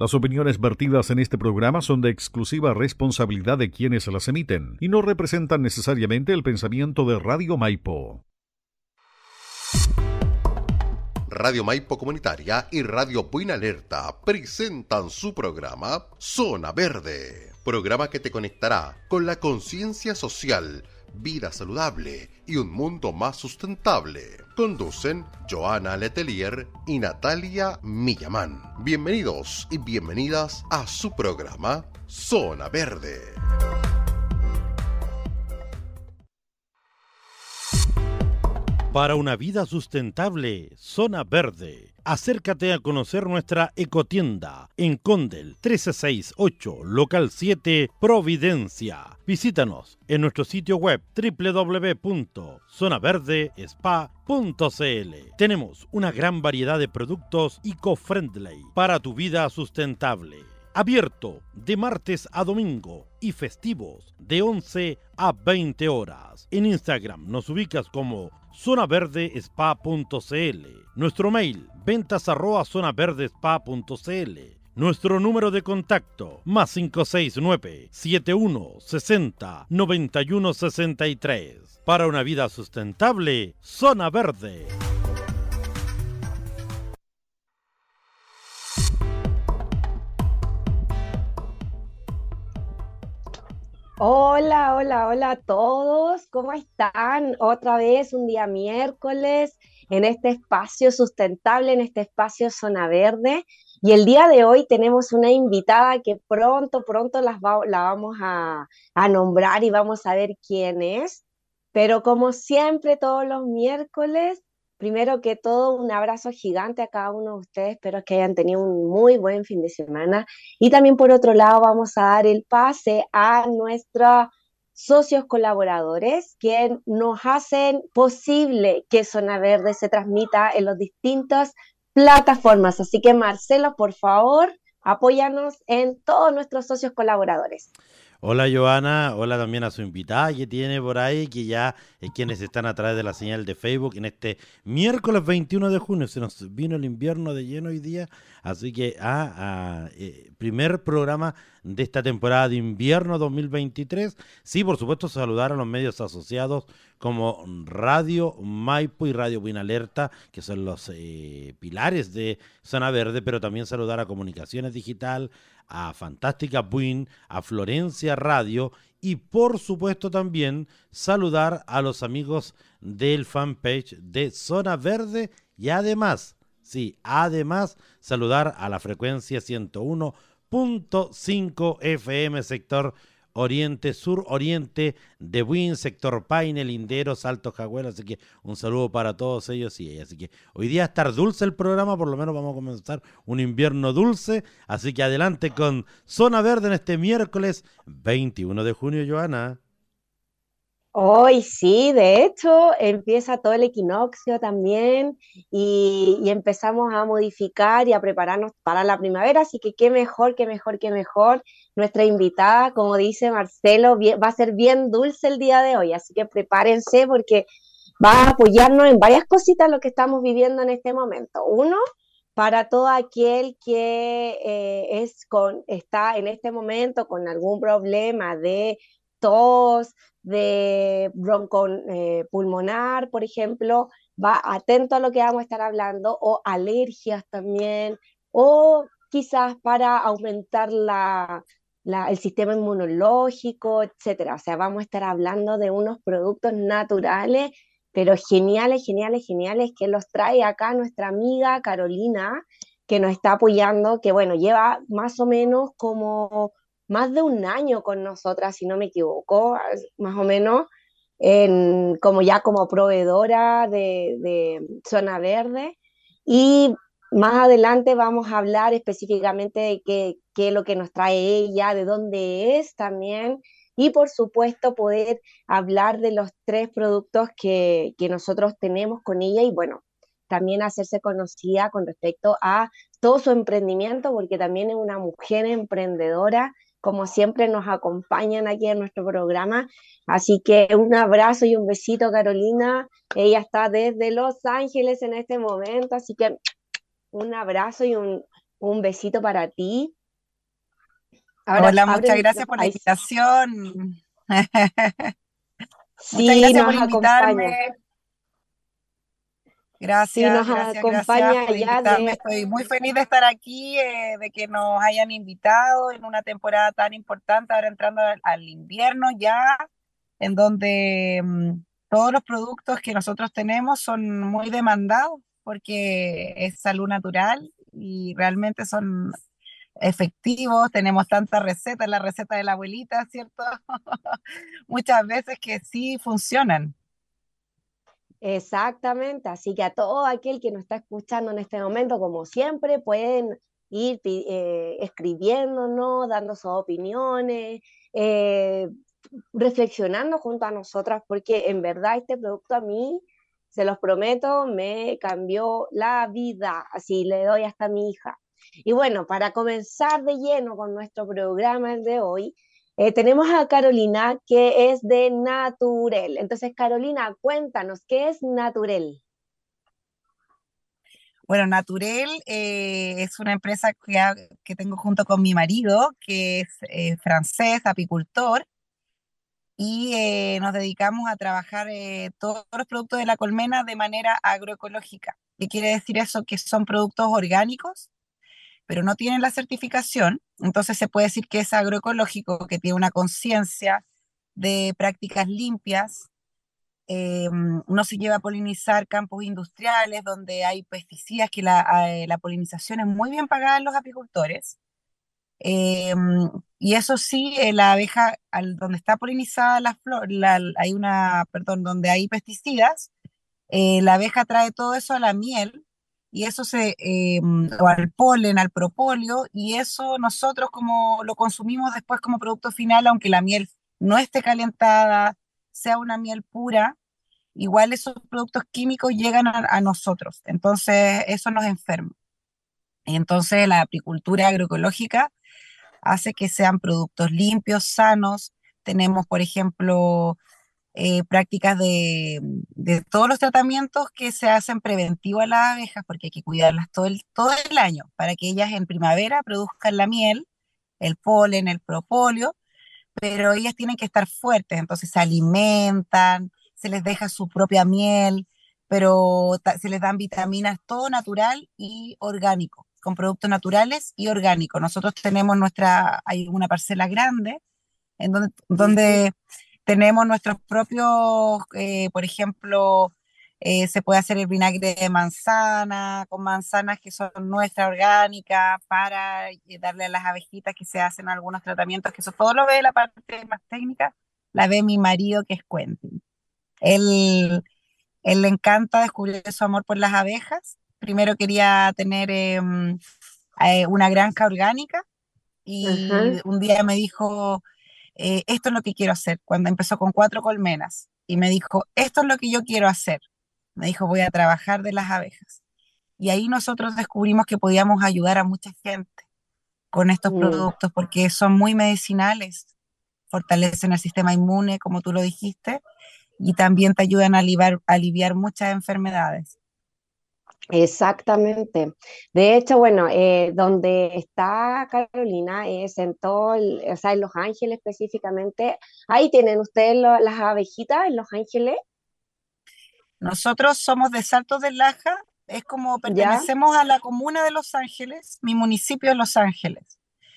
Las opiniones vertidas en este programa son de exclusiva responsabilidad de quienes las emiten y no representan necesariamente el pensamiento de Radio Maipo. Radio Maipo Comunitaria y Radio Buena Alerta presentan su programa Zona Verde, programa que te conectará con la conciencia social, vida saludable y un mundo más sustentable. Conducen Joana Letelier y Natalia Millamán. Bienvenidos y bienvenidas a su programa Zona Verde. Para una vida sustentable, Zona Verde. Acércate a conocer nuestra ecotienda en Condel 1368, local 7, Providencia. Visítanos en nuestro sitio web www.zonaverdespa.cl. Tenemos una gran variedad de productos eco-friendly para tu vida sustentable. Abierto de martes a domingo y festivos de 11 a 20 horas. En Instagram nos ubicas como zonaverdespa.cl. Nuestro mail ventas@zonaverdespa.cl. Nuestro número de contacto +569 7160 9163. Para una vida sustentable, Zona Verde. Hola, hola, hola a todos, ¿cómo están? Otra vez un día miércoles en este espacio sustentable, en este espacio Zona Verde. Y el día de hoy tenemos una invitada que pronto la vamos a nombrar y vamos a ver quién es. Pero como siempre, todos los miércoles, primero que todo, un abrazo gigante a cada uno de ustedes. Espero que hayan tenido un muy buen fin de semana. Y también por otro lado vamos a dar el pase a nuestros socios colaboradores que nos hacen posible que Zona Verde se transmita en las distintas plataformas. Así que Marcelo, por favor, apóyanos en todos nuestros socios colaboradores. Hola Joana, hola también a su invitada que tiene por ahí, que ya es quienes están a través de la señal de Facebook en este miércoles 21 de junio. Se nos vino el invierno de lleno hoy día, así que primer programa de esta temporada de invierno 2023. Sí, por supuesto, saludar a los medios asociados como Radio Maipo y Radio Buena Alerta, que son los pilares de Zona Verde, pero también saludar a Comunicaciones Digital, a Fantástica Buin, a Florencia Radio y por supuesto también saludar a los amigos del fanpage de Zona Verde y además saludar a la frecuencia 101.5 FM sector Oriente, Sur Oriente de Buin, sector Paine, Linderos, Alto Jagüel, así que un saludo para todos ellos y ellas. Así que hoy día estar dulce el programa, por lo menos vamos a comenzar un invierno dulce, así que adelante con Zona Verde en este miércoles 21 de junio, Joana. Hoy sí, de hecho, empieza todo el equinoccio también y empezamos a modificar y a prepararnos para la primavera, así que qué mejor, qué mejor, qué mejor. Nuestra invitada, como dice Marcelo, va a ser bien dulce el día de hoy, así que prepárense porque va a apoyarnos en varias cositas lo que estamos viviendo en este momento. Uno, para todo aquel que está en este momento con algún problema de tos, de bronco pulmonar, por ejemplo, va atento a lo que vamos a estar hablando, o alergias también, o quizás para aumentar el sistema inmunológico, etcétera. O sea, vamos a estar hablando de unos productos naturales, pero geniales, geniales, geniales, que los trae acá nuestra amiga Carolina, que nos está apoyando, que bueno, lleva más o menos como más de un año con nosotras, si no me equivoco, más o menos, como ya como proveedora de Zona Verde. Y más adelante vamos a hablar específicamente de qué es lo que nos trae ella, de dónde es también, y por supuesto poder hablar de los 3 productos que nosotros tenemos con ella y bueno, también hacerse conocida con respecto a todo su emprendimiento, porque también es una mujer emprendedora, como siempre nos acompañan aquí en nuestro programa. Así que un abrazo y un besito, Carolina. Ella está desde Los Ángeles en este momento, así que un abrazo Un besito para ti. Ahora Hola, abre muchas el gracias micrófono. por la invitación. Muchas Sí, gracias por nos acompaña. invitarme. Sí, Gracias, nos gracias, gracias acompaña por ya invitarme. de... Estoy muy feliz de estar aquí, de que nos hayan invitado en una temporada tan importante, ahora entrando al invierno ya, en donde todos los productos que nosotros tenemos son muy demandados porque es salud natural y realmente son efectivos. Tenemos tantas recetas, la receta de la abuelita, ¿cierto? Muchas veces que sí funcionan. Exactamente, así que a todo aquel que nos está escuchando en este momento, como siempre, pueden ir escribiéndonos, dando sus opiniones, eh, reflexionando junto a nosotras, porque en verdad este producto a mí, se los prometo, me cambió la vida, así le doy hasta a mi hija. Y bueno, para comenzar de lleno con nuestro programa el de hoy, tenemos a Carolina, que es de Naturel. Entonces, Carolina, cuéntanos, ¿qué es Naturel? Bueno, Naturel es una empresa que tengo junto con mi marido, que es francés, apicultor, y nos dedicamos a trabajar todos los productos de la colmena de manera agroecológica. ¿Qué quiere decir eso? Que son productos orgánicos, pero no tienen la certificación, entonces se puede decir que es agroecológico, que tiene una conciencia de prácticas limpias. No se lleva a polinizar campos industriales donde hay pesticidas, que la polinización es muy bien pagada en los apicultores. Eh, y eso sí, la abeja, donde está polinizada la flor, hay una, perdón, donde hay pesticidas, la abeja trae todo eso a la miel y eso o al polen, al propóleo, y eso nosotros como lo consumimos después como producto final, aunque la miel no esté calentada, sea una miel pura, igual esos productos químicos llegan a nosotros, entonces eso nos enferma. Y entonces la apicultura agroecológica hace que sean productos limpios, sanos. Tenemos, por ejemplo, prácticas de todos los tratamientos que se hacen preventivo a las abejas, porque hay que cuidarlas todo el año para que ellas en primavera produzcan la miel, el polen, el propóleo, pero ellas tienen que estar fuertes, entonces se alimentan, se les deja su propia miel, pero se les dan vitaminas, todo natural y orgánico, con productos naturales y orgánicos. Nosotros tenemos hay una parcela grande en Ujú. donde tenemos nuestros propios, por ejemplo, se puede hacer el vinagre de manzana, con manzanas que son nuestras orgánicas, para darle a las abejitas que se hacen algunos tratamientos, que eso todo lo ve la parte más técnica, la ve mi marido, que es Quentin. Él, él le encanta descubrir su amor por las abejas. Primero quería tener una granja orgánica y Ajá. un día me dijo, esto es lo que quiero hacer, cuando empezó con 4 colmenas, y me dijo, esto es lo que yo quiero hacer. Me dijo, voy a trabajar de las abejas. Y ahí nosotros descubrimos que podíamos ayudar a mucha gente con estos Mm. productos porque son muy medicinales, fortalecen el sistema inmune, como tú lo dijiste, y también te ayudan a aliviar muchas enfermedades. Exactamente. De hecho, bueno, donde está Carolina es en todo, o sea, en Los Ángeles específicamente. Ahí tienen ustedes las abejitas en Los Ángeles, Nosotros somos de Salto del Laja, es como ¿ya? pertenecemos a la comuna de Los Ángeles, mi municipio es Los Ángeles.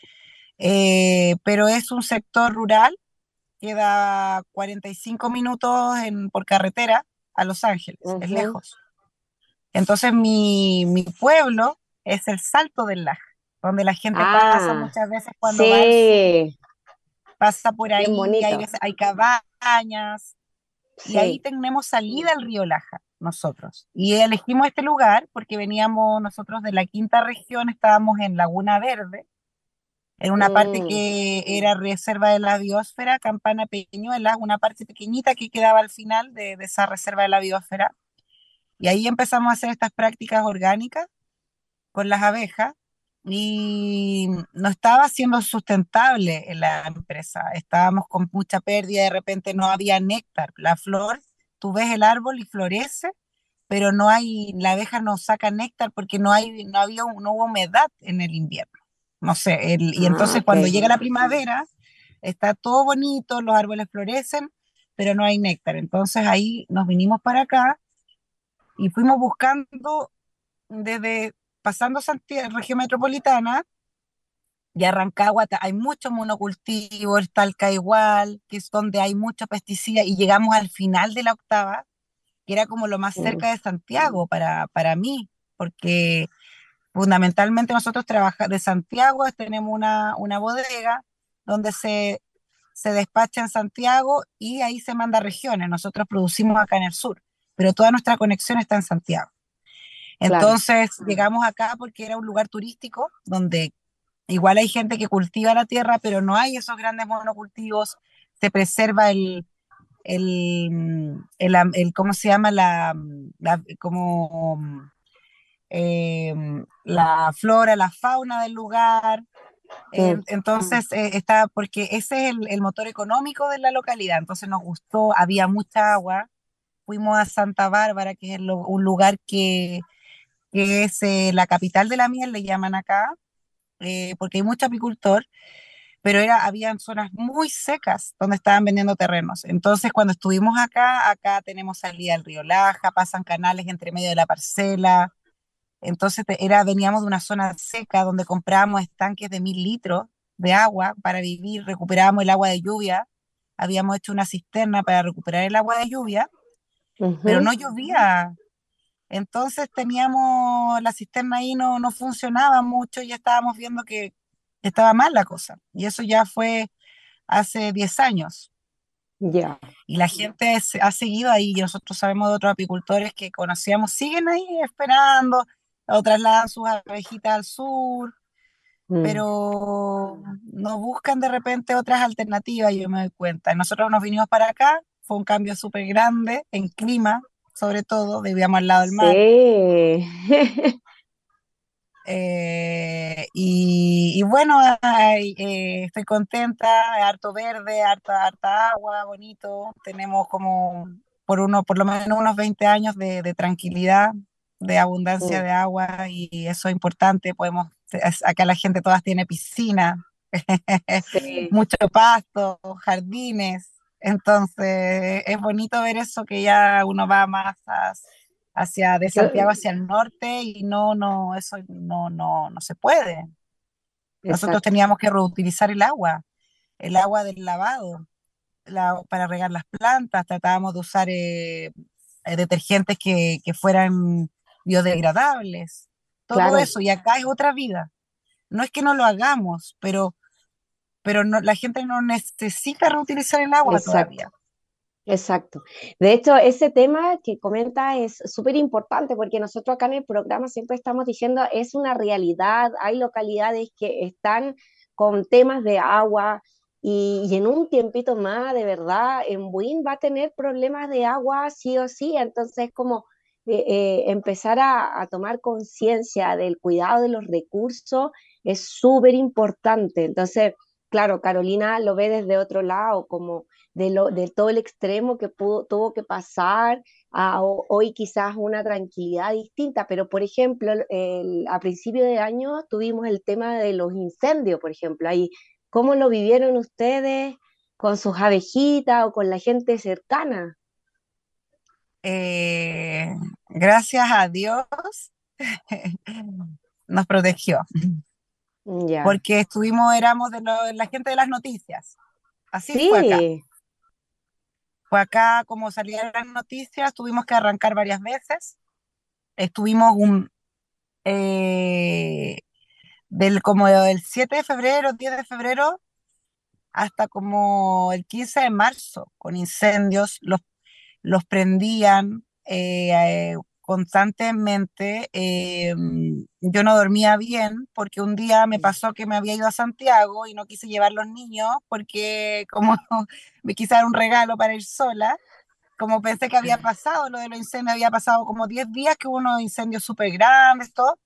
Pero es un sector rural, queda 45 minutos por carretera a Los Ángeles, es Ujú. lejos. Entonces mi pueblo es el Salto del Laja, donde la gente pasa Ah, muchas veces cuando va al sur, sí, pasa por bien ahí, bonito. hay cabañas, y ahí Sí. tenemos salida al río Laja, nosotros. Y elegimos este lugar porque veníamos nosotros de la quinta región, estábamos en Laguna Verde, en una parte Mm. que era reserva de la biosfera, Campana Peñuelas, una parte pequeñita que quedaba al final de esa reserva de la biosfera. Y ahí empezamos a hacer estas prácticas orgánicas con las abejas y no estaba siendo sustentable en la empresa. Estábamos con mucha pérdida, de repente no había néctar. La flor, tú ves el árbol y florece, pero no hay, la abeja no saca néctar porque no hubo humedad en el invierno. No sé, y Ah, entonces ok. cuando llega la primavera, está todo bonito, los árboles florecen, pero no hay néctar. Entonces ahí nos vinimos para acá y fuimos buscando desde pasando Santiago, región metropolitana, y Rancagua hay muchos monocultivos, está el igual, que es donde hay muchos pesticidas, y llegamos al final de la octava, que era como lo más Mm, cerca de Santiago para mí, porque fundamentalmente nosotros trabajamos de Santiago, tenemos una bodega donde se despacha en Santiago y ahí se manda a regiones. Nosotros producimos acá en el sur, pero toda nuestra conexión está en Santiago. claro. Entonces llegamos acá porque era un lugar turístico donde igual hay gente que cultiva la tierra, pero no hay esos grandes monocultivos, se preserva ¿cómo se llama? Como la flora, la fauna del lugar. Mm, Entonces, está, porque ese es el motor económico de la localidad. Entonces nos gustó, había mucha agua. Fuimos a Santa Bárbara, que es un lugar que es la capital de la miel, le llaman acá, porque hay mucho apicultor, pero habían zonas muy secas donde estaban vendiendo terrenos. Entonces, cuando estuvimos acá tenemos salida al río Laja, pasan canales entre medio de la parcela. Entonces, veníamos de una zona seca donde comprábamos estanques de 1.000 litros de agua para vivir, recuperábamos el agua de lluvia, habíamos hecho una cisterna para recuperar el agua de lluvia, pero ujú. no llovía. Entonces teníamos la cisterna ahí, no funcionaba mucho, y ya estábamos viendo que estaba mal la cosa. Y eso ya fue hace 10 años. Ya. Y la gente ha seguido ahí, y nosotros sabemos de otros apicultores que conocíamos, siguen ahí esperando, o trasladan sus abejitas al sur, Mm. pero no buscan de repente otras alternativas, yo me doy cuenta. Nosotros nos vinimos para acá, fue un cambio súper grande en clima, sobre todo, vivíamos al lado del mar. Sí. Y bueno, estoy contenta, harto verde, harta agua, bonito. Tenemos como por lo menos unos 20 años de tranquilidad, de abundancia Mm, de agua, y eso es importante. Acá la gente todas tiene piscina, sí. mucho pasto, jardines. Entonces es bonito ver eso, que ya uno va más hacia de Yo, Santiago hacia el norte, y eso no se puede. Nosotros exacto. teníamos que reutilizar el agua del lavado, para regar las plantas. Tratábamos de usar detergentes que fueran biodegradables, todo Claro, eso, y acá es otra vida. No es que no lo hagamos, pero no, la gente no necesita reutilizar el agua exacto. todavía. Exacto. De hecho, ese tema que comenta es súper importante porque nosotros acá en el programa siempre estamos diciendo es una realidad, hay localidades que están con temas de agua y en un tiempito más, de verdad, en Buin va a tener problemas de agua sí o sí, entonces como empezar a tomar conciencia del cuidado de los recursos es súper importante. Entonces, claro, Carolina lo ve desde otro lado, como de todo el extremo que tuvo que pasar a hoy quizás una tranquilidad distinta, pero por ejemplo, a principio de año tuvimos el tema de los incendios, por ejemplo, ahí, ¿cómo lo vivieron ustedes con sus abejitas o con la gente cercana? Gracias a Dios nos protegió, Ya. porque éramos la gente de las noticias. Así fue acá. Sí, Fue acá, como salieron las noticias, tuvimos que arrancar varias veces. Estuvimos eh, como del 7 de febrero, 10 de febrero, hasta como el 15 de marzo, con incendios. Los prendían constantemente. Yo no dormía bien porque un día me pasó que me había ido a Santiago y no quise llevar los niños porque como me quise dar un regalo para ir sola, como pensé que había pasado lo de los incendios, había pasado como 10 días que hubo unos incendios súper grandes, todo,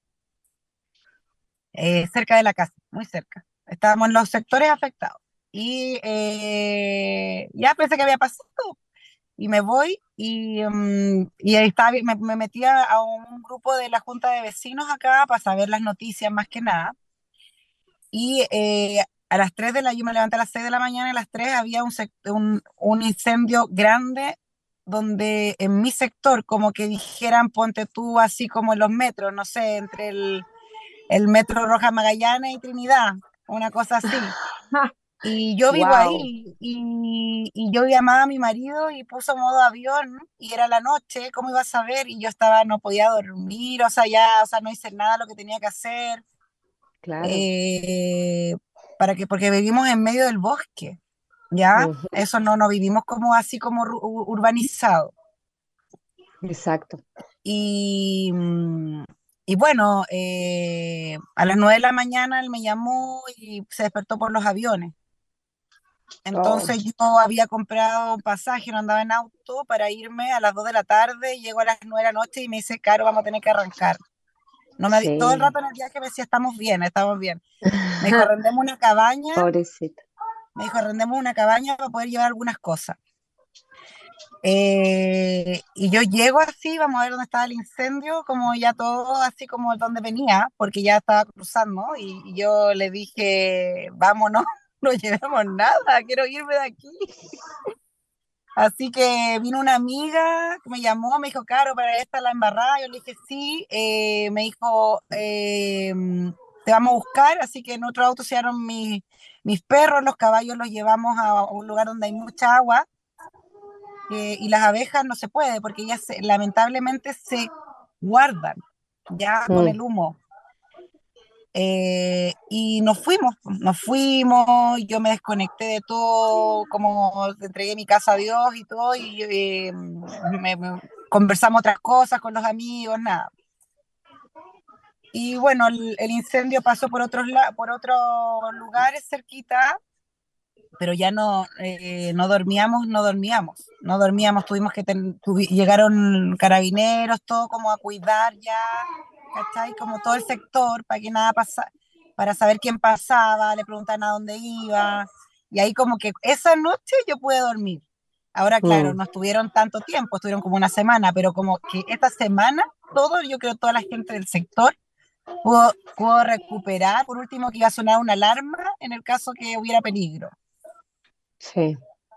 cerca de la casa, muy cerca. Estábamos en los sectores afectados. Y ya pensé que había pasado, y me voy y ahí estaba, me metí a un grupo de la Junta de Vecinos acá para saber las noticias más que nada. Y a las 3 de la, yo me levanté a las 6 de la mañana y a las 3 había un incendio grande donde en mi sector, como que dijeran, ponte tú así como en los metros, no sé, entre el metro Roja Magallanes y Trinidad, una cosa así. Y yo vivo Wow, ahí y yo llamaba a mi marido y puso modo avión y era la noche, ¿cómo iba a saber? Y yo estaba, no podía dormir, o sea, ya, o sea, no hice nada de lo que tenía que hacer, claro. eh, porque vivimos en medio del bosque, ¿ya? Ujú, Eso no vivimos como así como urbanizado. exacto. Y, y bueno, a las 9 de la mañana él me llamó y se despertó por los aviones. Oh, Entonces yo había comprado un pasaje, no andaba en auto para irme a las 2 de la tarde, llego a las 9 de la noche y me dice, Caro, vamos a tener que arrancar. No me, todo el sí. rato en el viaje me decía, estamos bien, estamos bien. Me dijo, arrendemos una cabaña, Pobrecito. me dijo, arrendemos una cabaña para poder llevar algunas cosas. Y yo llego así, vamos a ver dónde estaba el incendio, como ya todo así como donde venía, porque ya estaba cruzando, y yo le dije, vámonos, no llevemos nada, quiero irme de aquí. Así que vino una amiga que me llamó, me dijo, Caro, para esta la embarrada. Yo le dije, sí. Me dijo, te vamos a buscar. Así que en otro auto se llevaron mis perros, los caballos los llevamos a un lugar donde hay mucha agua. Y las abejas no se puede porque ellas lamentablemente se guardan ya con Mm, el humo. Y nos fuimos, yo me desconecté de todo, como entregué mi casa a Dios y todo, y conversamos otras cosas con los amigos, nada. Y bueno, el incendio pasó por otros lugares cerquita, pero ya no dormíamos, tuvimos que, llegaron carabineros, todo como a cuidar ya, ¿cachai? Como todo el sector, para que nada pasara, para saber quién pasaba, le preguntaban a dónde iba, y ahí como que esa noche yo pude dormir. Ahora, claro, mm, no estuvieron tanto tiempo, estuvieron como una semana, pero como que esta semana, yo creo toda la gente del sector pudo recuperar, por último que iba a sonar una alarma en el caso que hubiera peligro. sí,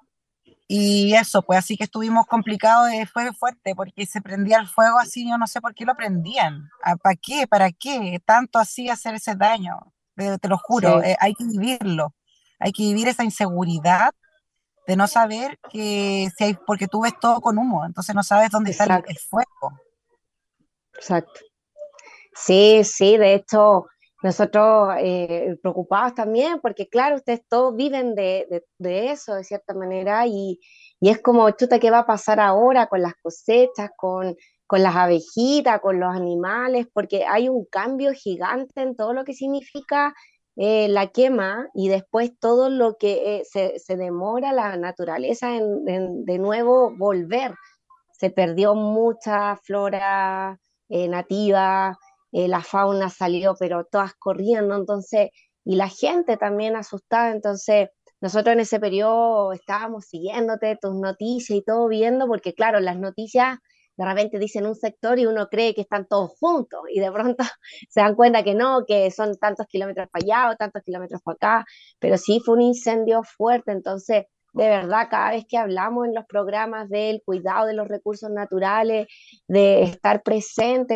Y eso, pues así que estuvimos complicados, fue fuerte, porque se prendía el fuego así, yo no sé por qué lo prendían. ¿Para qué? ¿Para qué? Tanto así hacer ese daño. Te lo juro, sí, hay que vivirlo. Hay que vivir esa inseguridad de no saber que si hay, porque tú ves todo con humo, entonces no sabes dónde está el exacto, fuego. exacto. Sí, sí, de hecho, nosotros preocupados también, porque claro, ustedes todos viven de eso de cierta manera, y es como, chuta, ¿qué va a pasar ahora con las cosechas, con las abejitas, con los animales? Porque hay un cambio gigante en todo lo que significa la quema y después todo lo que se demora la naturaleza en de nuevo volver. Se perdió mucha flora nativa, la fauna salió, pero todas corriendo, entonces, y la gente también asustada, entonces, nosotros en ese periodo estábamos siguiéndote, tus noticias y todo viendo, porque claro, las noticias de repente dicen un sector y uno cree que están todos juntos, y de pronto se dan cuenta que no, que son tantos kilómetros para allá o tantos kilómetros para acá, pero sí fue un incendio fuerte, entonces de verdad, cada vez que hablamos en los programas del cuidado de los recursos naturales, de estar presente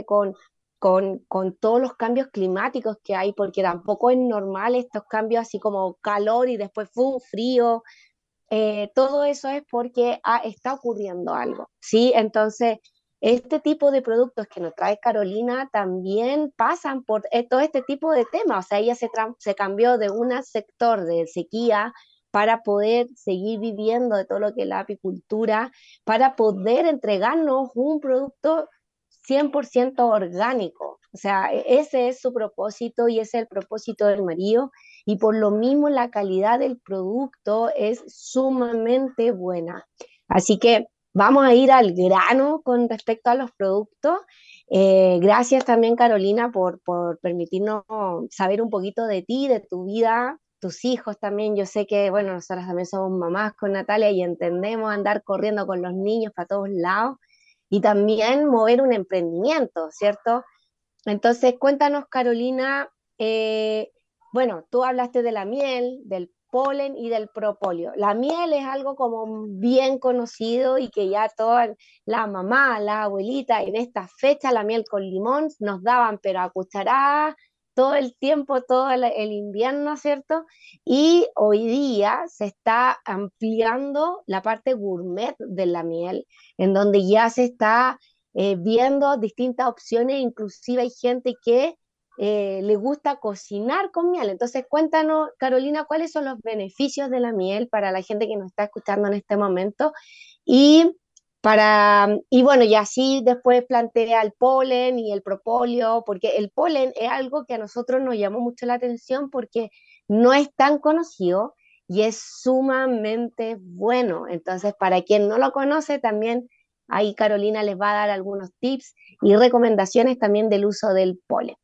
con todos los cambios climáticos que hay, porque tampoco es normal estos cambios así como calor y después frío, todo eso es porque está ocurriendo algo, ¿sí? Entonces, este tipo de productos que nos trae Carolina también pasan por todo este tipo de temas, o sea, ella se cambió de un sector de sequía para poder seguir viviendo de todo lo que es la apicultura, para poder entregarnos un producto 100% orgánico. O sea, ese es su propósito y ese es el propósito del marido y por lo mismo la calidad del producto es sumamente buena. Así que vamos a ir al grano con respecto a los productos. Gracias también, Carolina, por permitirnos saber un poquito de ti, de tu vida, tus hijos también. Yo sé que, bueno, nosotras también somos mamás con Natalia y entendemos andar corriendo con los niños para todos lados y también mover un emprendimiento, ¿cierto? Entonces, cuéntanos, Carolina, bueno, tú hablaste de la miel, del polen y del propóleo. La miel es algo como bien conocido y que ya toda la mamá, la abuelita, en esta fecha la miel con limón nos daban, pero a cucharadas todo el tiempo, todo el invierno, ¿cierto? Y hoy día se está ampliando la parte gourmet de la miel, en donde ya se está viendo distintas opciones, inclusive hay gente que le gusta cocinar con miel. Entonces, cuéntanos, Carolina, cuáles son los beneficios de la miel para la gente que nos está escuchando en este momento. Y y bueno, y así después plantea el polen y el propóleo, porque el polen es algo que a nosotros nos llamó mucho la atención porque no es tan conocido y es sumamente bueno. Entonces, para quien no lo conoce, también ahí Carolina les va a dar algunos tips y recomendaciones también del uso del polen.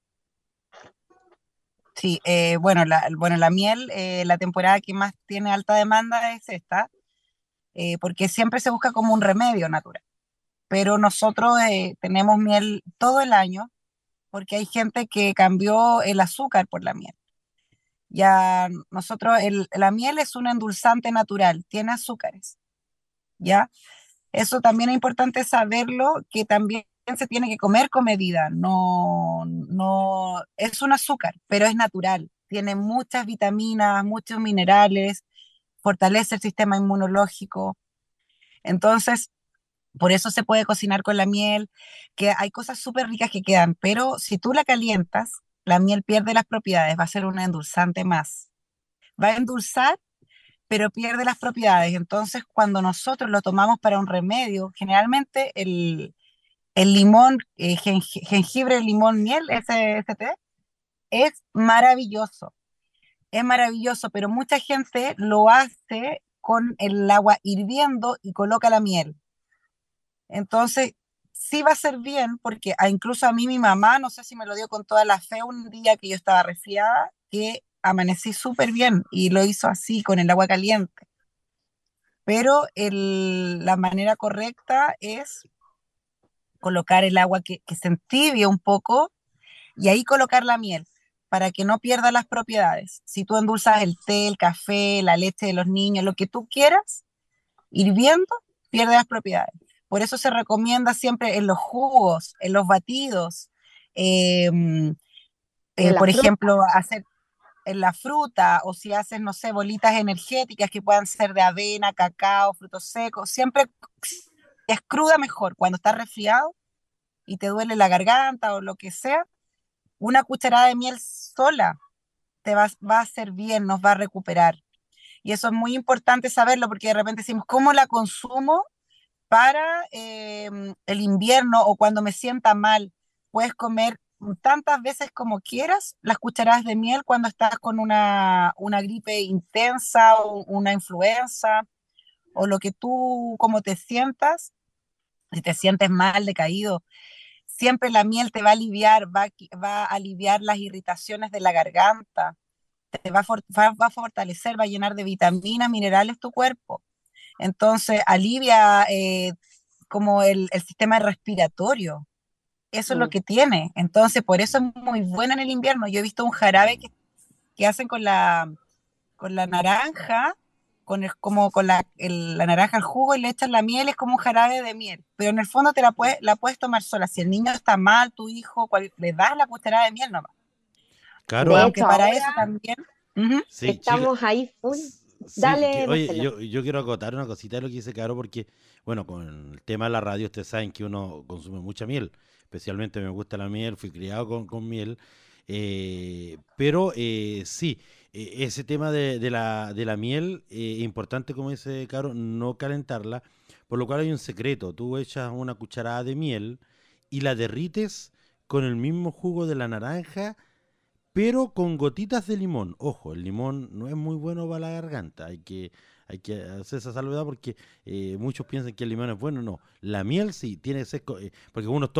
Sí, bueno, la miel, la temporada que más tiene alta demanda es esta, porque siempre se busca como un remedio natural. Pero nosotros tenemos miel todo el año porque hay gente que cambió el azúcar por la miel. Ya nosotros, la miel es un endulzante natural, tiene azúcares, ¿ya? Eso también es importante saberlo, que también se tiene que comer con medida. No, no, es un azúcar, pero es natural. Tiene muchas vitaminas, muchos minerales, fortalece el sistema inmunológico. Entonces, por eso se puede cocinar con la miel, que hay cosas súper ricas que quedan, pero si tú la calientas, la miel pierde las propiedades, va a ser un endulzante más. Va a endulzar, pero pierde las propiedades. Entonces, cuando nosotros lo tomamos para un remedio, generalmente el limón, jengibre, limón, miel, ese té, es maravilloso, pero mucha gente lo hace con el agua hirviendo y coloca la miel. Entonces, sí va a ser bien, porque incluso a mí mi mamá, no sé si me lo dio con toda la fe un día que yo estaba resfriada, que amanecí súper bien y lo hizo así, con el agua caliente. Pero la manera correcta es colocar el agua que se entibie un poco y ahí colocar la miel para que no pierda las propiedades. Si tú endulzas el té, el café, la leche de los niños, lo que tú quieras, hirviendo, pierde las propiedades. Por eso se recomienda siempre en los jugos, en los batidos, eh, Y en la por fruta, ejemplo, hacer en la fruta o si haces, no sé, bolitas energéticas que puedan ser de avena, cacao, frutos secos, siempre es cruda mejor. Cuando estás resfriado y te duele la garganta o lo que sea, una cucharada de miel sola va a hacer bien, nos va a recuperar. Y eso es muy importante saberlo porque de repente decimos, ¿cómo la consumo para el invierno o cuando me sienta mal? Puedes comer tantas veces como quieras las cucharadas de miel cuando estás con una gripe intensa o una influenza o lo que tú, como te sientas, si te sientes mal, decaído, siempre la miel te va a aliviar, va a aliviar las irritaciones de la garganta, te va a fortalecer, va a llenar de vitaminas, minerales tu cuerpo. Entonces, alivia como el sistema respiratorio. Eso es lo mm, que tiene. Entonces, por eso es muy bueno en el invierno. Yo he visto un jarabe que hacen con la naranja, como con la naranja al jugo y le echan la miel, es como un jarabe de miel. Pero en el fondo la puedes tomar sola. Si el niño está mal, tu hijo, le das la cucharada de miel nomás. Claro, de Aunque hecho, para ahora eso también. Ujú. sí, chica. estamos ahí full. Sí, Dale, oye, Marcelo. yo quiero acotar una cosita de lo que dice Caro, porque, bueno, con el tema de la radio, ustedes saben que uno consume mucha miel, especialmente me gusta la miel, fui criado con miel, pero sí, ese tema de la miel, importante, como dice Caro, no calentarla, por lo cual hay un secreto, tú echas una cucharada de miel y la derrites con el mismo jugo de la naranja pero con gotitas de limón. Ojo, el limón no es muy bueno para la garganta. Hay que hacer esa salvedad porque muchos piensan que el limón es bueno. No, la miel sí, tiene que ser. Porque unos toman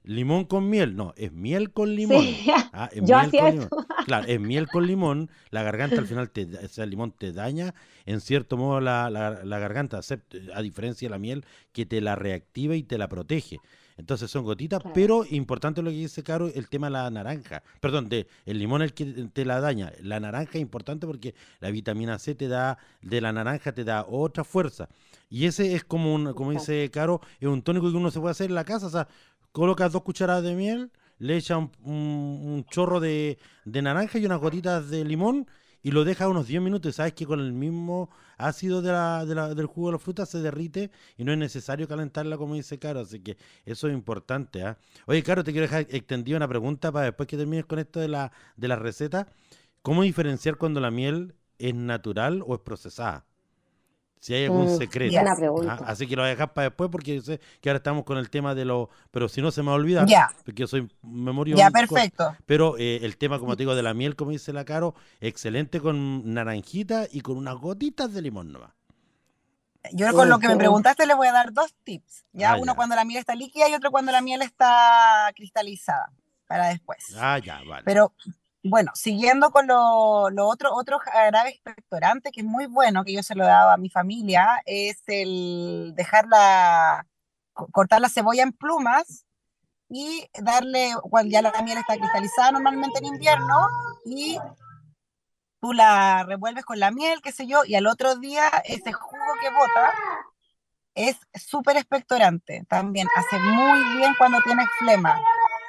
limón con miel, no, es miel con limón. Sí, Es yo miel hacía con limón. eso. Claro, es miel con limón, la garganta al final, o sea, el limón te daña, en cierto modo, la garganta, a diferencia de la miel, que te la reactiva y te la protege. Entonces son gotitas, Claro. pero importante lo que dice Caro, el tema de la naranja. Perdón, el limón es el que te la daña. La naranja es importante porque la vitamina C de la naranja te da otra fuerza. Y ese es como Exacto. dice Caro, es un tónico que uno se puede hacer en la casa. O sea, colocas 2 cucharadas de miel, le echas un chorro de naranja y unas gotitas de limón y lo dejas unos 10 minutos. Y sabes que con el mismo ácido del jugo de la fruta se derrite y no es necesario calentarla como dice Caro. Así que eso es importante, ¿ah? Oye, Caro, te quiero dejar extendida una pregunta para después que termines con esto de la receta. ¿Cómo diferenciar cuando la miel es natural o es procesada? Si hay algún secreto. Buena Ya, Ajá. pregunta. Así que lo voy a dejar para después porque yo sé que ahora estamos con el tema de lo... Pero si no se me va a olvidar, ya, porque yo soy ya, memorión corta. perfecto. Pero el tema, como Y te digo, de la miel, como dice la Caro, excelente con naranjita y con unas gotitas de limón nomás. yo con lo que me Ujú. preguntaste les voy a dar dos tips, ¿ya? Ah, Uno ya. cuando la miel está líquida y otro cuando la miel está cristalizada, para después. Ah, ya, vale. Pero bueno, siguiendo con otro jarabe expectorante que es muy bueno, que yo se lo he dado a mi familia, es el cortar la cebolla en plumas y darle, cuando ya la miel está cristalizada normalmente en invierno, y tú la revuelves con la miel, qué sé yo, y al otro día ese jugo que bota es súper expectorante. También hace muy bien cuando tienes flema.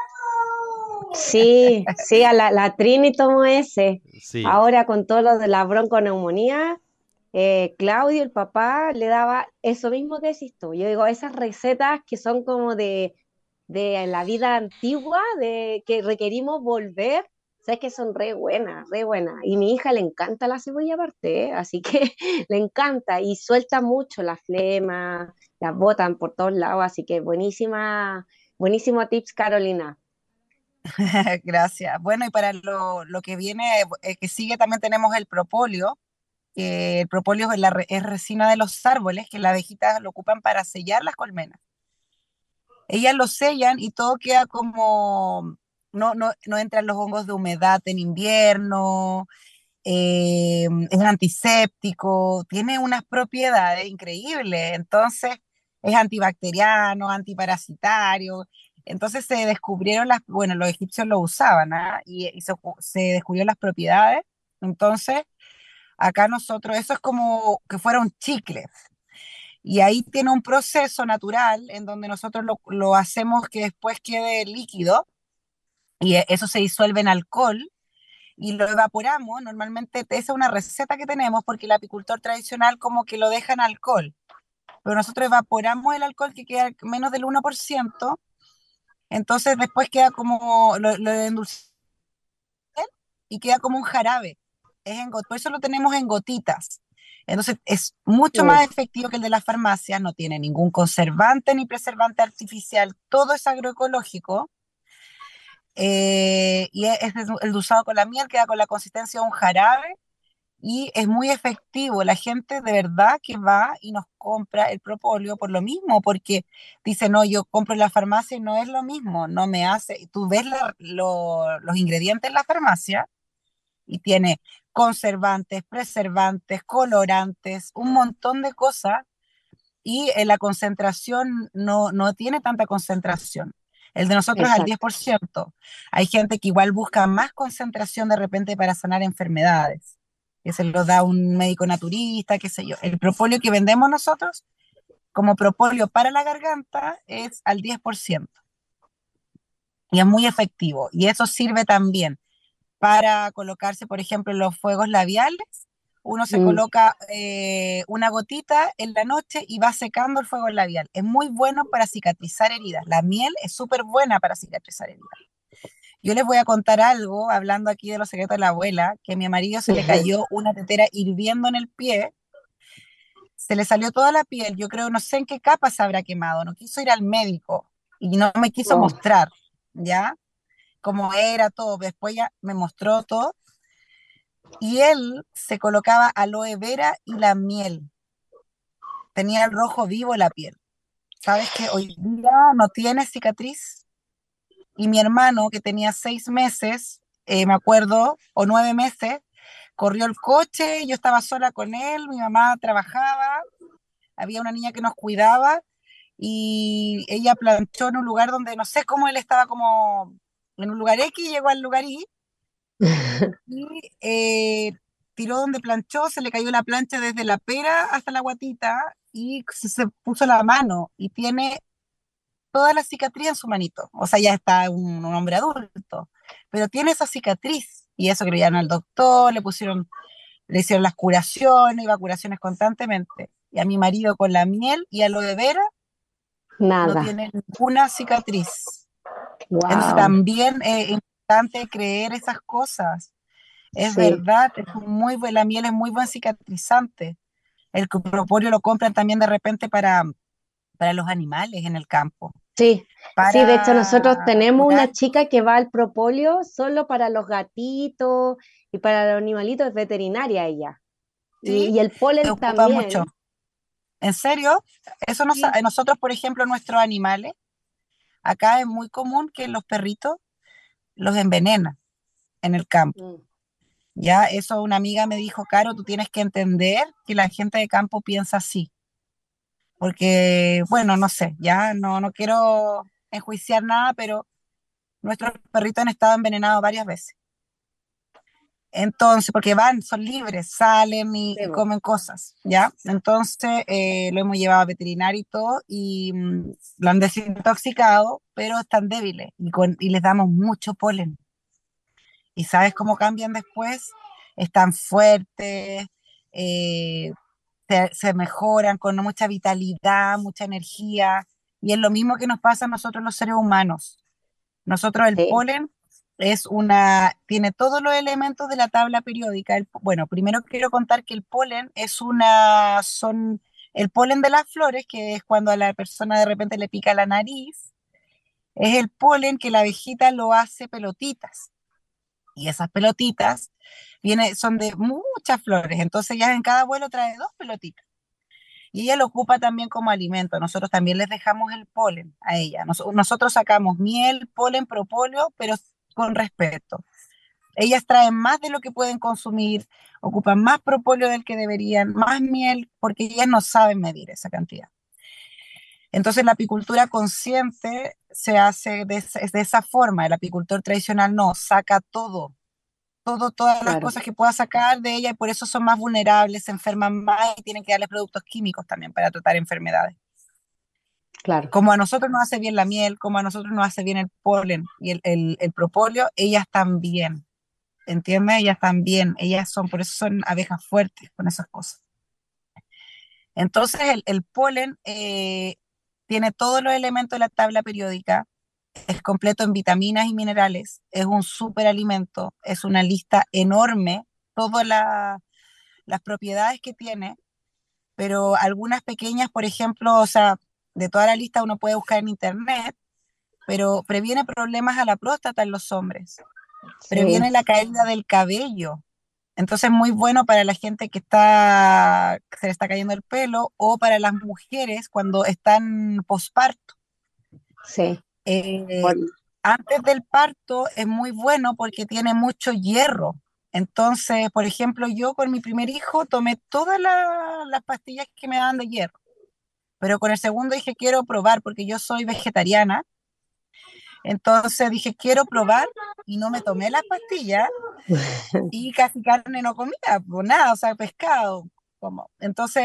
Sí, sí, a la Trini tomó ese. Sí, Ahora con todo lo de la bronconeumonía, Claudio, el papá, le daba eso mismo que decís tú. Yo digo, esas recetas que son como de la vida antigua, de que requerimos volver, sabes que son re buenas, re buenas. Y mi hija le encanta la cebolla aparte, ¿eh? Así que le encanta y suelta mucho la flema, las botan por todos lados, así que buenísima, buenísimo tips, Carolina. Gracias. Bueno, y para lo que viene, que sigue, también tenemos el propóleo, que el propóleo es resina de los árboles, que las abejitas lo ocupan para sellar las colmenas. Ellas lo sellan y todo queda como, no entran los hongos de humedad en invierno, es antiséptico, tiene unas propiedades increíbles, entonces es antibacteriano, antiparasitario. Entonces se descubrieron bueno, los egipcios lo usaban, ¿ah? Y se descubrieron las propiedades. Entonces, acá nosotros, eso es como que fuera un chicle. Y ahí tiene un proceso natural en donde nosotros lo hacemos que después quede líquido y eso se disuelve en alcohol y lo evaporamos. Normalmente esa es una receta que tenemos porque el apicultor tradicional como que lo deja en alcohol, pero nosotros evaporamos el alcohol que queda menos del 1%, entonces después queda como, lo endulzamos y queda como un jarabe. Por eso lo tenemos en gotitas. Entonces es mucho más Uf, efectivo que el de las farmacias, no tiene ningún conservante ni preservante artificial, todo es agroecológico. Y es el usado con la miel, queda con la consistencia de un jarabe y es muy efectivo. La gente de verdad que va y nos compra el propóleo por lo mismo, porque dice, no, yo compro en la farmacia y no es lo mismo, no me hace. Tú ves los ingredientes en la farmacia y tiene conservantes, preservantes, colorantes, un montón de cosas y la concentración no tiene tanta concentración. El de nosotros es al exacto. 10%. Hay gente que igual busca más concentración de repente para sanar enfermedades, que se lo da un médico naturista, qué sé yo. El propóleo que vendemos nosotros como propóleo para la garganta es al 10% y es muy efectivo. Y eso sirve también para colocarse, por ejemplo, en los fuegos labiales. Uno se Mm. coloca una gotita en la noche y va secando el fuego labial. Es muy bueno para cicatrizar heridas. La miel es súper buena para cicatrizar heridas. Yo les voy a contar algo, hablando aquí de los secretos de la abuela, que a mi marido se le cayó una tetera hirviendo en el pie, se le salió toda la piel, yo creo, no sé en qué capa se habrá quemado, no quiso ir al médico y no me quiso Oh, mostrar, ¿ya? Cómo era todo, después ya me mostró todo y él se colocaba aloe vera y la miel. Tenía el rojo vivo la piel. ¿Sabes que hoy día no tiene cicatriz? y mi hermano, que tenía 6 meses, me acuerdo, o 9 meses, corrió el coche, yo estaba sola con él, mi mamá trabajaba, había una niña que nos cuidaba y ella planchó en un lugar donde no sé cómo él estaba como en un lugar X, llegó al lugar Y y tiró donde planchó, se le cayó la plancha desde la pera hasta la guatita y se puso la mano y tiene toda la cicatriz en su manito. O sea, ya está un hombre adulto, pero tiene esa cicatriz y eso que lo llevaron al doctor, le hicieron las curaciones, iba a curaciones constantemente. Y a mi marido con la miel y aloe vera no Nada. tiene ninguna cicatriz. Entonces Wow. también es importante creer esas cosas. Es Sí, verdad, la miel es muy buen cicatrizante. El propóleo lo compran también de repente para los animales en el campo, sí, sí, de hecho nosotros para tenemos curar, una chica que va al propóleo solo para los gatitos y para los animalitos, es veterinaria ella. ¿sí? Y el Se polen ocupa mucho. también. ¿En serio? Eso Sí. nosotros, por ejemplo, nuestros animales, acá es muy común que los perritos los envenenan en el campo. Mm. Ya, eso una amiga me dijo, Caro, tú tienes que entender que la gente de campo piensa así, porque, bueno, no sé, ya no quiero enjuiciar nada, pero nuestros perritos han estado envenenados varias veces. Entonces, porque son libres, salen Sí, y bo. comen cosas, ¿ya? Entonces, lo hemos llevado a veterinario y todo, y lo han desintoxicado, pero están débiles y les damos mucho polen. ¿Y sabes cómo cambian después? Están fuertes, eh, se mejoran con mucha vitalidad, mucha energía, y es lo mismo que nos pasa a nosotros los seres humanos. Nosotros el Sí, polen tiene todos los elementos de la tabla periódica. Bueno, primero quiero contar que el polen el polen de las flores, que es cuando a la persona de repente le pica la nariz, es el polen que la abejita lo hace pelotitas. Y esas pelotitas son de muchas flores, entonces ya en cada vuelo trae 2 pelotitas. Y ella lo ocupa también como alimento. Nosotros también les dejamos el polen a ella. Nosotros sacamos miel, polen, propóleo, pero con respeto. Ellas traen más de lo que pueden consumir, ocupan más propóleo del que deberían, más miel, porque ellas no saben medir esa cantidad. Entonces la apicultura consciente se hace de esa forma. El apicultor tradicional no, saca todas las claro, cosas que pueda sacar de ella y por eso son más vulnerables, se enferman más y tienen que darle productos químicos también para tratar enfermedades. claro. Como a nosotros nos hace bien la miel, como a nosotros nos hace bien el polen y el propóleo, ellas también, ¿entiendes? Ellas también, por eso son abejas fuertes con esas cosas. Entonces el polen tiene todos los elementos de la tabla periódica, es completo en vitaminas y minerales, es un superalimento, es una lista enorme, todas las propiedades que tiene, pero algunas pequeñas, por ejemplo, o sea, de toda la lista uno puede buscar en internet, pero previene problemas a la próstata en los hombres, Sí, previene la caída del cabello. Entonces, muy bueno para la gente que se le está cayendo el pelo o para las mujeres cuando están posparto. sí. Eh, Por- Antes del parto es muy bueno porque tiene mucho hierro. Entonces, por ejemplo, yo con mi primer hijo tomé todas las pastillas que me daban de hierro, pero con el segundo dije quiero probar porque yo soy vegetariana. Entonces dije quiero probar y no me tomé las pastillas y casi carne no comía, pues nada, o sea, pescado. Como. Entonces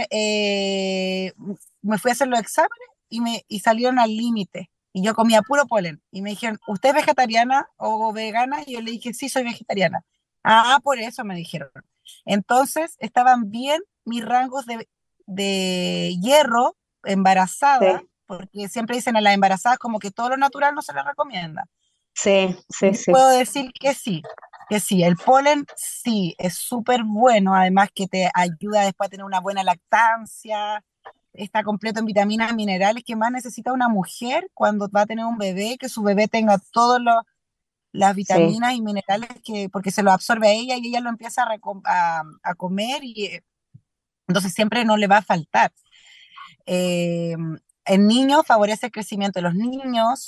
me fui a hacer los exámenes y salieron al límite. Y yo comía puro polen. Y me dijeron, ¿usted es vegetariana o vegana? Y yo le dije, sí, soy vegetariana. Ah, por eso me dijeron. Entonces estaban bien mis rangos de hierro embarazada, Sí, porque siempre dicen a las embarazadas como que todo lo natural no se les recomienda. sí, Y sí, yo sí. puedo decir que sí, el polen sí, es súper bueno, además que te ayuda después a tener una buena lactancia, está completo en vitaminas y minerales que más necesita una mujer cuando va a tener un bebé, que su bebé tenga todas las Sí. vitaminas y minerales porque se lo absorbe a ella y ella lo empieza a comer y entonces siempre no le va a faltar. Eh, en niños favorece el crecimiento de los niños,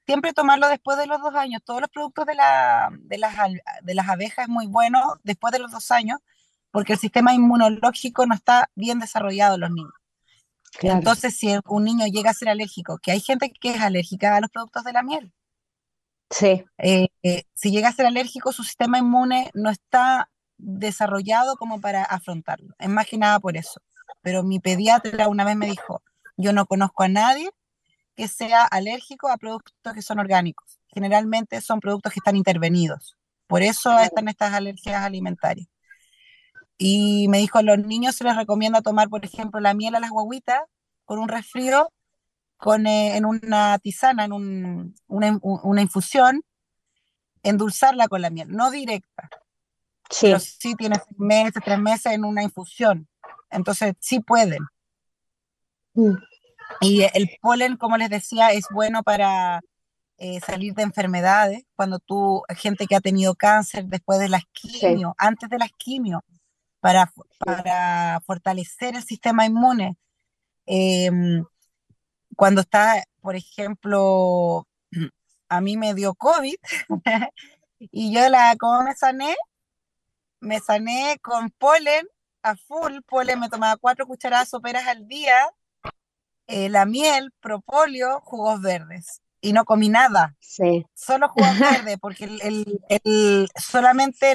siempre tomarlo después de los 2 años. Todos los productos de las abejas es muy bueno después de los 2 años, porque el sistema inmunológico no está bien desarrollado en los niños. Claro, Entonces, si un niño llega a ser alérgico, que hay gente que es alérgica a los productos de la miel, sí, si llega a ser alérgico, su sistema inmune no está desarrollado como para afrontarlo. Es más que nada por eso. Pero mi pediatra una vez me dijo, yo no conozco a nadie que sea alérgico a productos que son orgánicos. Generalmente son productos que están intervenidos. Por eso están estas alergias alimentarias. Y me dijo, a los niños se les recomienda tomar, por ejemplo, la miel a las guaguitas con un resfrío, en una tisana, una infusión, endulzarla con la miel, no directa, pero sí. sí tiene 6 meses, 3 meses en una infusión. Entonces sí pueden. Mm, Y el polen, como les decía, es bueno para salir de enfermedades. Gente que ha tenido cáncer después de las sí, quimio, antes de las quimio, para fortalecer el sistema inmune. Eh, Cuando está, por ejemplo, a mí me dio COVID y ¿cómo me sané? Me sané con polen, a full polen, me tomaba 4 cucharadas soperas al día, la miel, propóleo, jugos verdes. Y no comí nada, sí. solo jugos verdes, porque solamente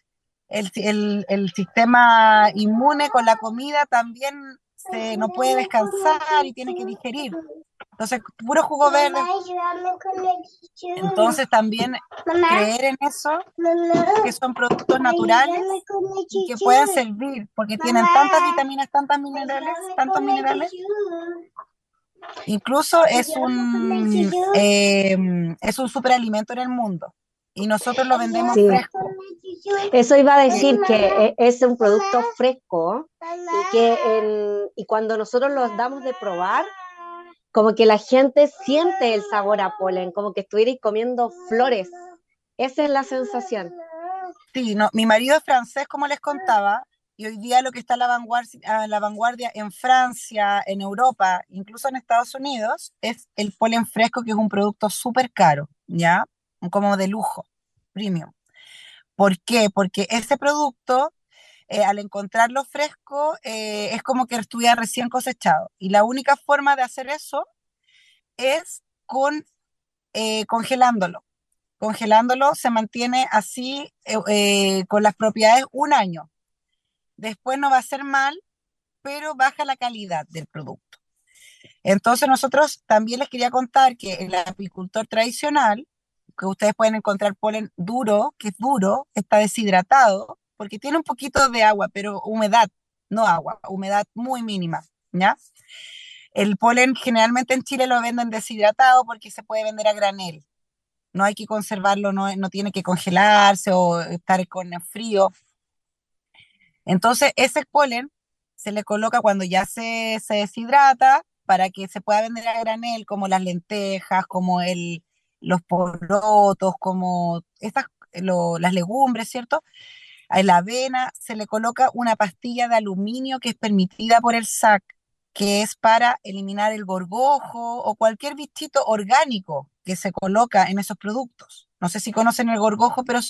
el sistema inmune con la comida también no puede descansar y tiene que digerir. Entonces, puro jugo verde. Entonces, también creer en eso, que son productos naturales y que pueden servir, porque tienen tantas vitaminas, tantos minerales. Incluso es un superalimento en el mundo y nosotros lo vendemos Sí. fresco. Eso iba a decir que es un producto fresco y cuando nosotros los damos de probar, como que la gente siente el sabor a polen, como que estuvierais comiendo flores. Esa es la sensación. Sí, no, mi marido es francés, como les contaba, y hoy día lo que está a la vanguardia en Francia, en Europa, incluso en Estados Unidos, es el polen fresco, que es un producto súper caro, ¿ya? Como de lujo, premium. ¿Por qué? Porque ese producto, al encontrarlo fresco, es como que estuviera recién cosechado. Y la única forma de hacer eso es congelándolo. Congelándolo se mantiene así, con las propiedades 1 año. Después no va a ser mal, pero baja la calidad del producto. Entonces nosotros también les quería contar que el apicultor tradicional, que ustedes pueden encontrar polen duro, que es duro, está deshidratado, porque tiene un poquito de agua, pero humedad, no agua, humedad muy mínima, ¿ya? El polen generalmente en Chile lo venden deshidratado porque se puede vender a granel. No hay que conservarlo, no tiene que congelarse o estar con el frío. Entonces, ese polen se le coloca cuando ya se deshidrata para que se pueda vender a granel, como las lentejas, como los porotos, como las legumbres, ¿cierto? A la avena se le coloca una pastilla de aluminio que es permitida por el SAC, que es para eliminar el gorgojo o cualquier bichito orgánico que se coloca en esos productos. No sé si conocen el gorgojo, pero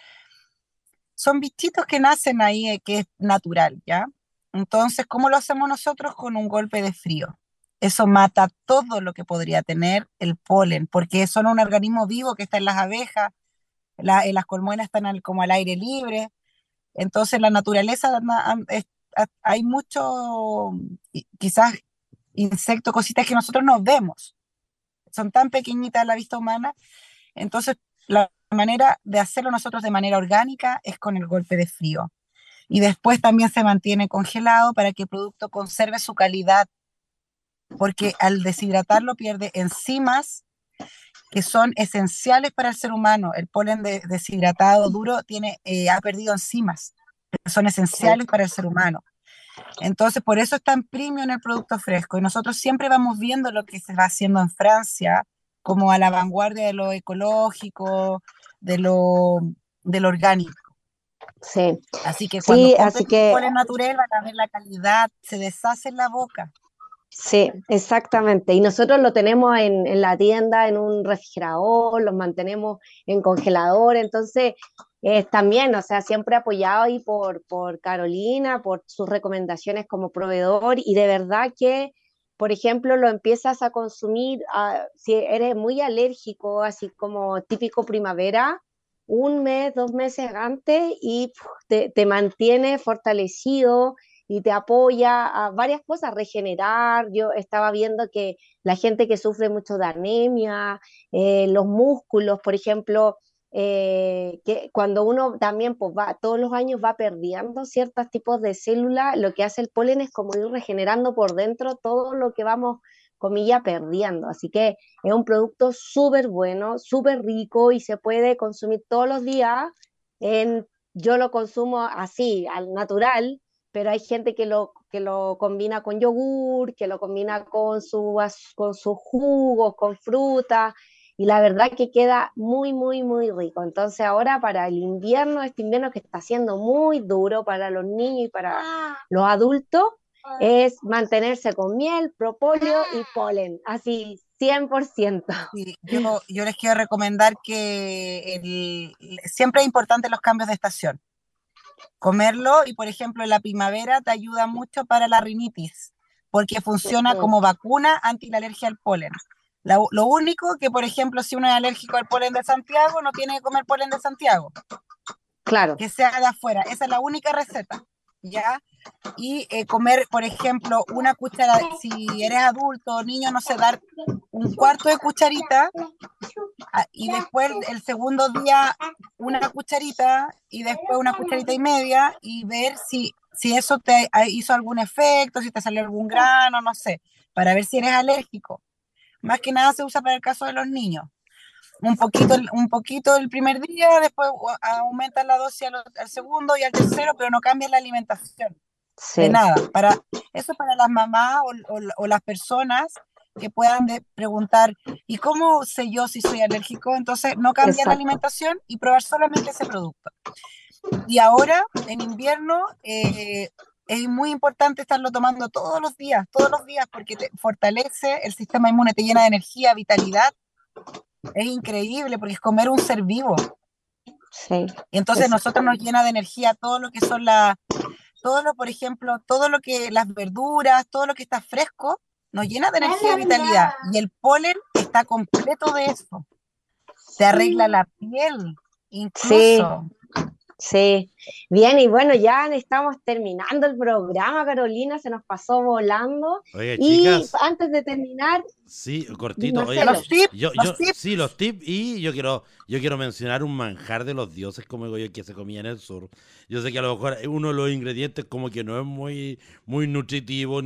son bichitos que nacen ahí, que es natural, ¿ya? Entonces, ¿cómo lo hacemos nosotros? Con un golpe de frío. Eso mata todo lo que podría tener el polen, porque son un organismo vivo que está en las abejas, las colmenas están como al aire libre. Entonces, la naturaleza, hay mucho, quizás insectos, cositas que nosotros no vemos. Son tan pequeñitas a la vista humana. Entonces, la manera de hacerlo nosotros de manera orgánica es con el golpe de frío. Y después también se mantiene congelado para que el producto conserve su calidad, porque al deshidratarlo pierde enzimas que son esenciales para el ser humano. El polen deshidratado duro ha perdido enzimas que son Sí, esenciales para el ser humano. Entonces, por eso está en premio en el producto fresco. Y nosotros siempre vamos viendo lo que se va haciendo en Francia, como a la vanguardia de lo ecológico, de lo orgánico. sí. Así que cuando Sí, compren así que polen natural van a ver la calidad, se deshace en la boca. Sí, exactamente. Y nosotros lo tenemos en la tienda, en un refrigerador, los mantenemos en congelador. Entonces, también, o sea, siempre apoyado ahí por Carolina, por sus recomendaciones como proveedor. Y de verdad que, por ejemplo, lo empiezas a consumir, si eres muy alérgico, así como típico primavera, un mes, 2 meses antes y te mantiene fortalecido y te apoya a varias cosas, regenerar. Yo estaba viendo que la gente que sufre mucho de anemia, los músculos, por ejemplo, que cuando uno también pues, va, todos los años va perdiendo ciertos tipos de células, lo que hace el polen es como ir regenerando por dentro todo lo que vamos, comilla, perdiendo. Así que es un producto súper bueno, súper rico y se puede consumir todos los días. En, yo lo consumo así, al natural, pero hay gente que lo combina con yogur, que lo combina con sus jugos, con fruta, y la verdad que queda muy, muy, muy rico. Entonces ahora para el invierno, este invierno que está siendo muy duro para los niños y para los adultos, es mantenerse con miel, propóleo y polen, así 100%. Sí, yo les quiero recomendar que siempre es importante los cambios de estación. Comerlo y, por ejemplo, en la primavera te ayuda mucho para la rinitis, porque funciona como vacuna anti la alergia al polen. Lo único que, por ejemplo, si uno es alérgico al polen de Santiago, no tiene que comer polen de Santiago, Claro. que sea de afuera. Esa es la única receta, ¿ya? Y comer, por ejemplo, una cuchara, si eres adulto o niño, no sé, dar un cuarto de cucharita y después el segundo día una cucharita y después una cucharita y media y ver si eso te hizo algún efecto, si te salió algún grano, no sé, para ver si eres alérgico. Más que nada se usa para el caso de los niños. Un poquito el primer día, después aumentas la dosis al segundo y al tercero, pero no cambias la alimentación. De Sí. nada. Eso para las mamás o las personas que puedan preguntar, ¿y cómo sé yo si soy alérgico? Entonces, no cambiar la Exacto. alimentación y probar solamente ese producto. Y ahora, en invierno, es muy importante estarlo tomando todos los días, porque te fortalece el sistema inmune, te llena de energía, vitalidad. Es increíble porque es comer un ser vivo. Sí. Y entonces nosotros nos llena de energía todo lo que son por ejemplo, todo lo que las verduras, todo lo que está fresco, nos llena de energía y vitalidad. Y el polen está completo de eso. Te arregla la piel, Sí. incluso. Sí, bien, y bueno, ya estamos terminando el programa, Carolina, se nos pasó volando. Oye, Y chicas, antes de terminar, sí, cortito. Oye, Marcelo, Los sí, tips. los tips. Y yo quiero mencionar un manjar de los dioses, como digo yo, que se comía en el sur. Yo sé que a lo mejor uno de los ingredientes como que no es muy nutritivo,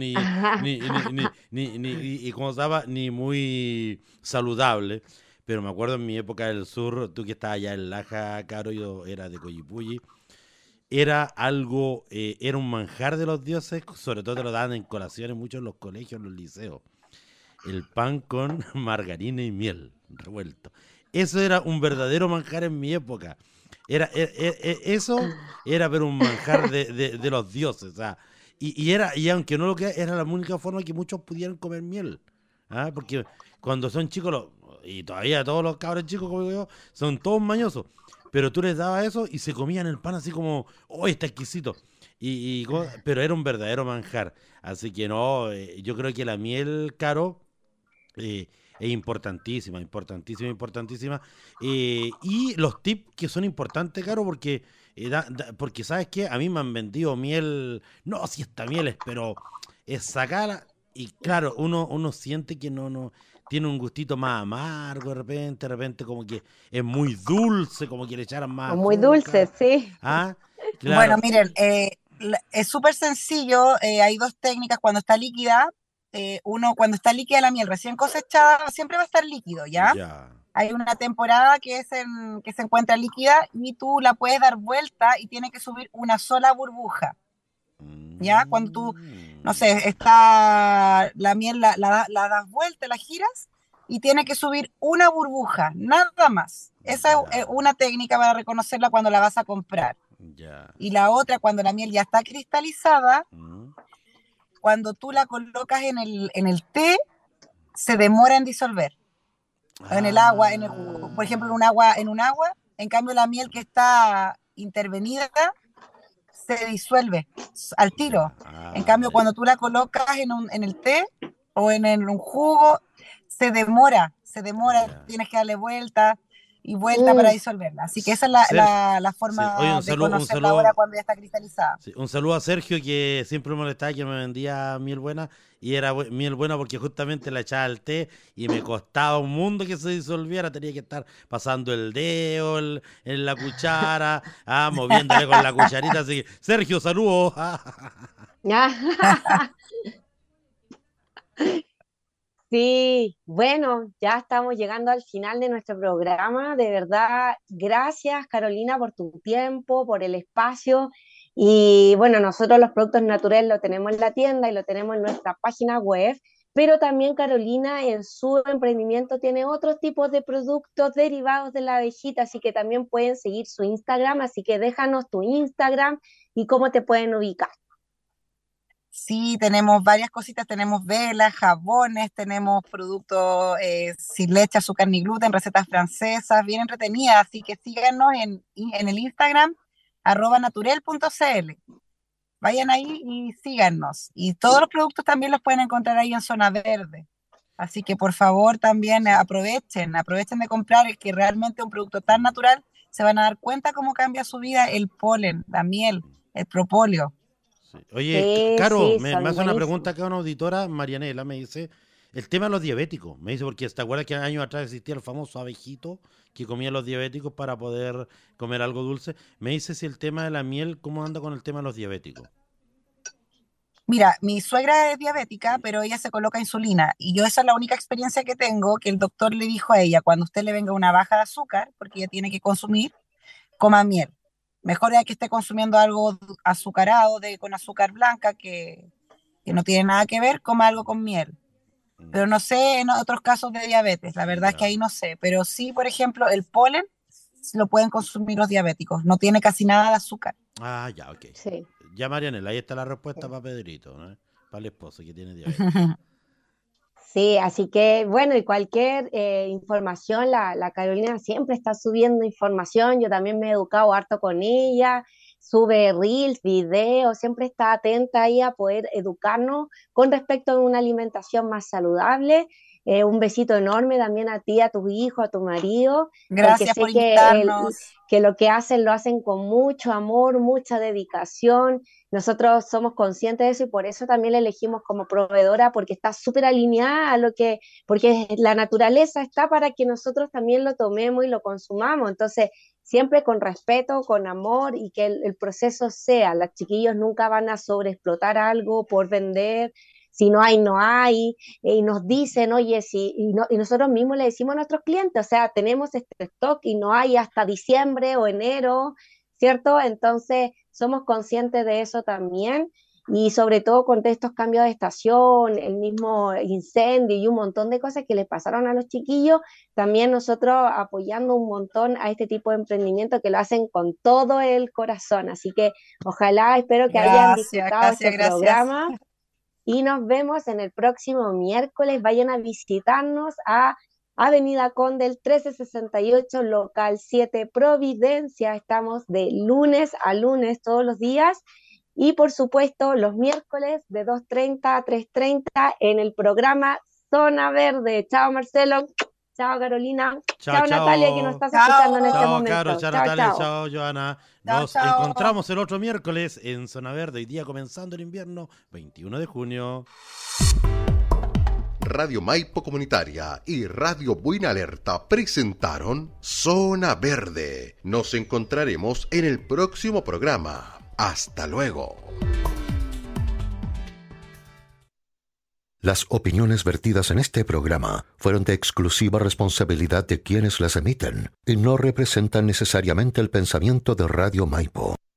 y como se llama, ni muy saludable. Pero me acuerdo en mi época del sur, tú que estabas allá en Laja, Caro, yo era de Coyipulli. Era algo, era un manjar de los dioses, sobre todo te lo daban en colaciones mucho en los colegios, en los liceos. El pan con margarina y miel revuelto. Eso era un verdadero manjar en mi época. Eso era pero un manjar de los dioses. O sea, y aunque no lo que era la única forma que muchos pudieran comer miel. ¿Ah? Porque cuando son chicos, y todavía todos los cabros chicos como yo, son todos mañosos. Pero tú les dabas eso y se comían el pan así como, oh, está exquisito. Pero era un verdadero manjar. Así que no, yo creo que la miel, Caro, es importantísima, importantísima, importantísima. Y los tips que son importantes, Caro, porque, porque ¿sabes qué? A mí me han vendido miel, no, si esta miel es, pero es sacarla y claro, uno siente que no tiene un gustito más amargo de repente como que es muy dulce, como que le echaran o más muy dulce, azúcar. sí. Ah, Bueno, claro. miren, es súper sencillo. Hay dos técnicas cuando está líquida. Uno, cuando está líquida la miel recién cosechada, siempre va a estar líquido, ¿ya? Ya. Hay una temporada que se encuentra líquida y tú la puedes dar vuelta y tiene que subir una sola burbuja, ¿ya? Cuando tú, no Mm, sé, está la miel, la das vuelta, la giras y tiene que subir una burbuja, nada más. Esa es ya, una técnica para reconocerla cuando la vas a comprar. ya. Y la otra, cuando la miel ya está cristalizada, Mm, cuando tú la colocas en el té, se demora en disolver. En el agua, en el jugo. Por ejemplo, en un agua, en cambio la miel que está intervenida se disuelve al tiro. En cambio, cuando tú la colocas en el té o un jugo, se demora, tienes que darle vuelta y vuelta para disolverla. Así que esa es la forma de conocerla ahora cuando ya está cristalizada. Sí, un saludo a Sergio, que siempre me molestaba que me vendía miel buena, y era miel buena porque justamente la echaba al té y me costaba un mundo que se disolviera. Tenía que estar pasando el dedo en la cuchara, moviéndole con la cucharita. Así que, Sergio, saludos. Sí, bueno, ya estamos llegando al final de nuestro programa. De verdad, gracias Carolina por tu tiempo, por el espacio. Y bueno, nosotros los productos naturales lo tenemos en la tienda y lo tenemos en nuestra página web, pero también Carolina en su emprendimiento tiene otros tipos de productos derivados de la abejita, así que también pueden seguir su Instagram, así que déjanos tu Instagram y cómo te pueden ubicar. Sí, tenemos varias cositas, tenemos velas, jabones, tenemos productos sin leche, azúcar ni gluten, recetas francesas, bien entretenidas, así que síganos en el Instagram, @naturel.cl. Vayan ahí y síganos. Y todos los productos también los pueden encontrar ahí en Zona Verde. Así que por favor también aprovechen de comprar, el que realmente es un producto tan natural, se van a dar cuenta cómo cambia su vida el polen, la miel, el propóleo. Sí. Oye, Sí, Caro, sí, me son hace una buenísimos. pregunta acá una auditora, Marianela, me dice, el tema de los diabéticos. Me dice, porque te acuerdas que años atrás existía el famoso abejito que comían los diabéticos para poder comer algo dulce. Me dice si el tema de la miel, ¿cómo anda con el tema de los diabéticos? Mira, mi suegra es diabética, pero ella se coloca insulina y yo esa es la única experiencia que tengo, que el doctor le dijo a ella, cuando usted le venga una baja de azúcar, porque ella tiene que consumir, coma miel. Mejor es que esté consumiendo algo azucarado, con azúcar blanca, que no tiene nada que ver, coma algo con miel. Pero no sé en otros casos de diabetes, la verdad es que ahí no sé. Pero sí, por ejemplo, el polen lo pueden consumir los diabéticos, no tiene casi nada de azúcar. Ah, ya, ok. Sí. Ya, Marianela, ahí está la respuesta para Pedrito, ¿no? Para el esposo que tiene diabetes. Sí, así que bueno, y cualquier información, la Carolina siempre está subiendo información, yo también me he educado harto con ella, sube reels, videos, siempre está atenta ahí a poder educarnos con respecto a una alimentación más saludable. Un besito enorme también a ti, a tus hijos, a tu marido, porque Gracias sé por invitarnos. que lo que hacen lo hacen con mucho amor, mucha dedicación. Nosotros somos conscientes de eso y por eso también la elegimos como proveedora, porque está súper alineada a porque la naturaleza está para que nosotros también lo tomemos y lo consumamos. Entonces, siempre con respeto, con amor y que el proceso sea. Los chiquillos nunca van a sobreexplotar algo por vender. Si no hay, no hay. Y nos dicen, oye, y nosotros mismos le decimos a nuestros clientes, o sea, tenemos este stock y no hay hasta diciembre o enero, ¿cierto? Entonces, somos conscientes de eso también y sobre todo con estos cambios de estación, el mismo incendio y un montón de cosas que les pasaron a los chiquillos, también nosotros apoyando un montón a este tipo de emprendimiento que lo hacen con todo el corazón. Así que ojalá, espero que hayan disfrutado este programa y nos vemos en el próximo miércoles. Vayan a visitarnos a Avenida Conde, 1368, local 7, Providencia. Estamos de lunes a lunes todos los días y por supuesto los miércoles de 2:30 a 3:30 en el programa Zona Verde. Chao Marcelo, chao Carolina, chao Natalia que nos estás escuchando en este Chao, momento. Caro, chao Natalia, chao Joana. Nos chao. encontramos el otro miércoles en Zona Verde, hoy día comenzando el invierno, 21 de junio. Radio Maipo Comunitaria y Radio Buena Alerta presentaron Zona Verde. Nos encontraremos en el próximo programa. Hasta luego. Las opiniones vertidas en este programa fueron de exclusiva responsabilidad de quienes las emiten y no representan necesariamente el pensamiento de Radio Maipo.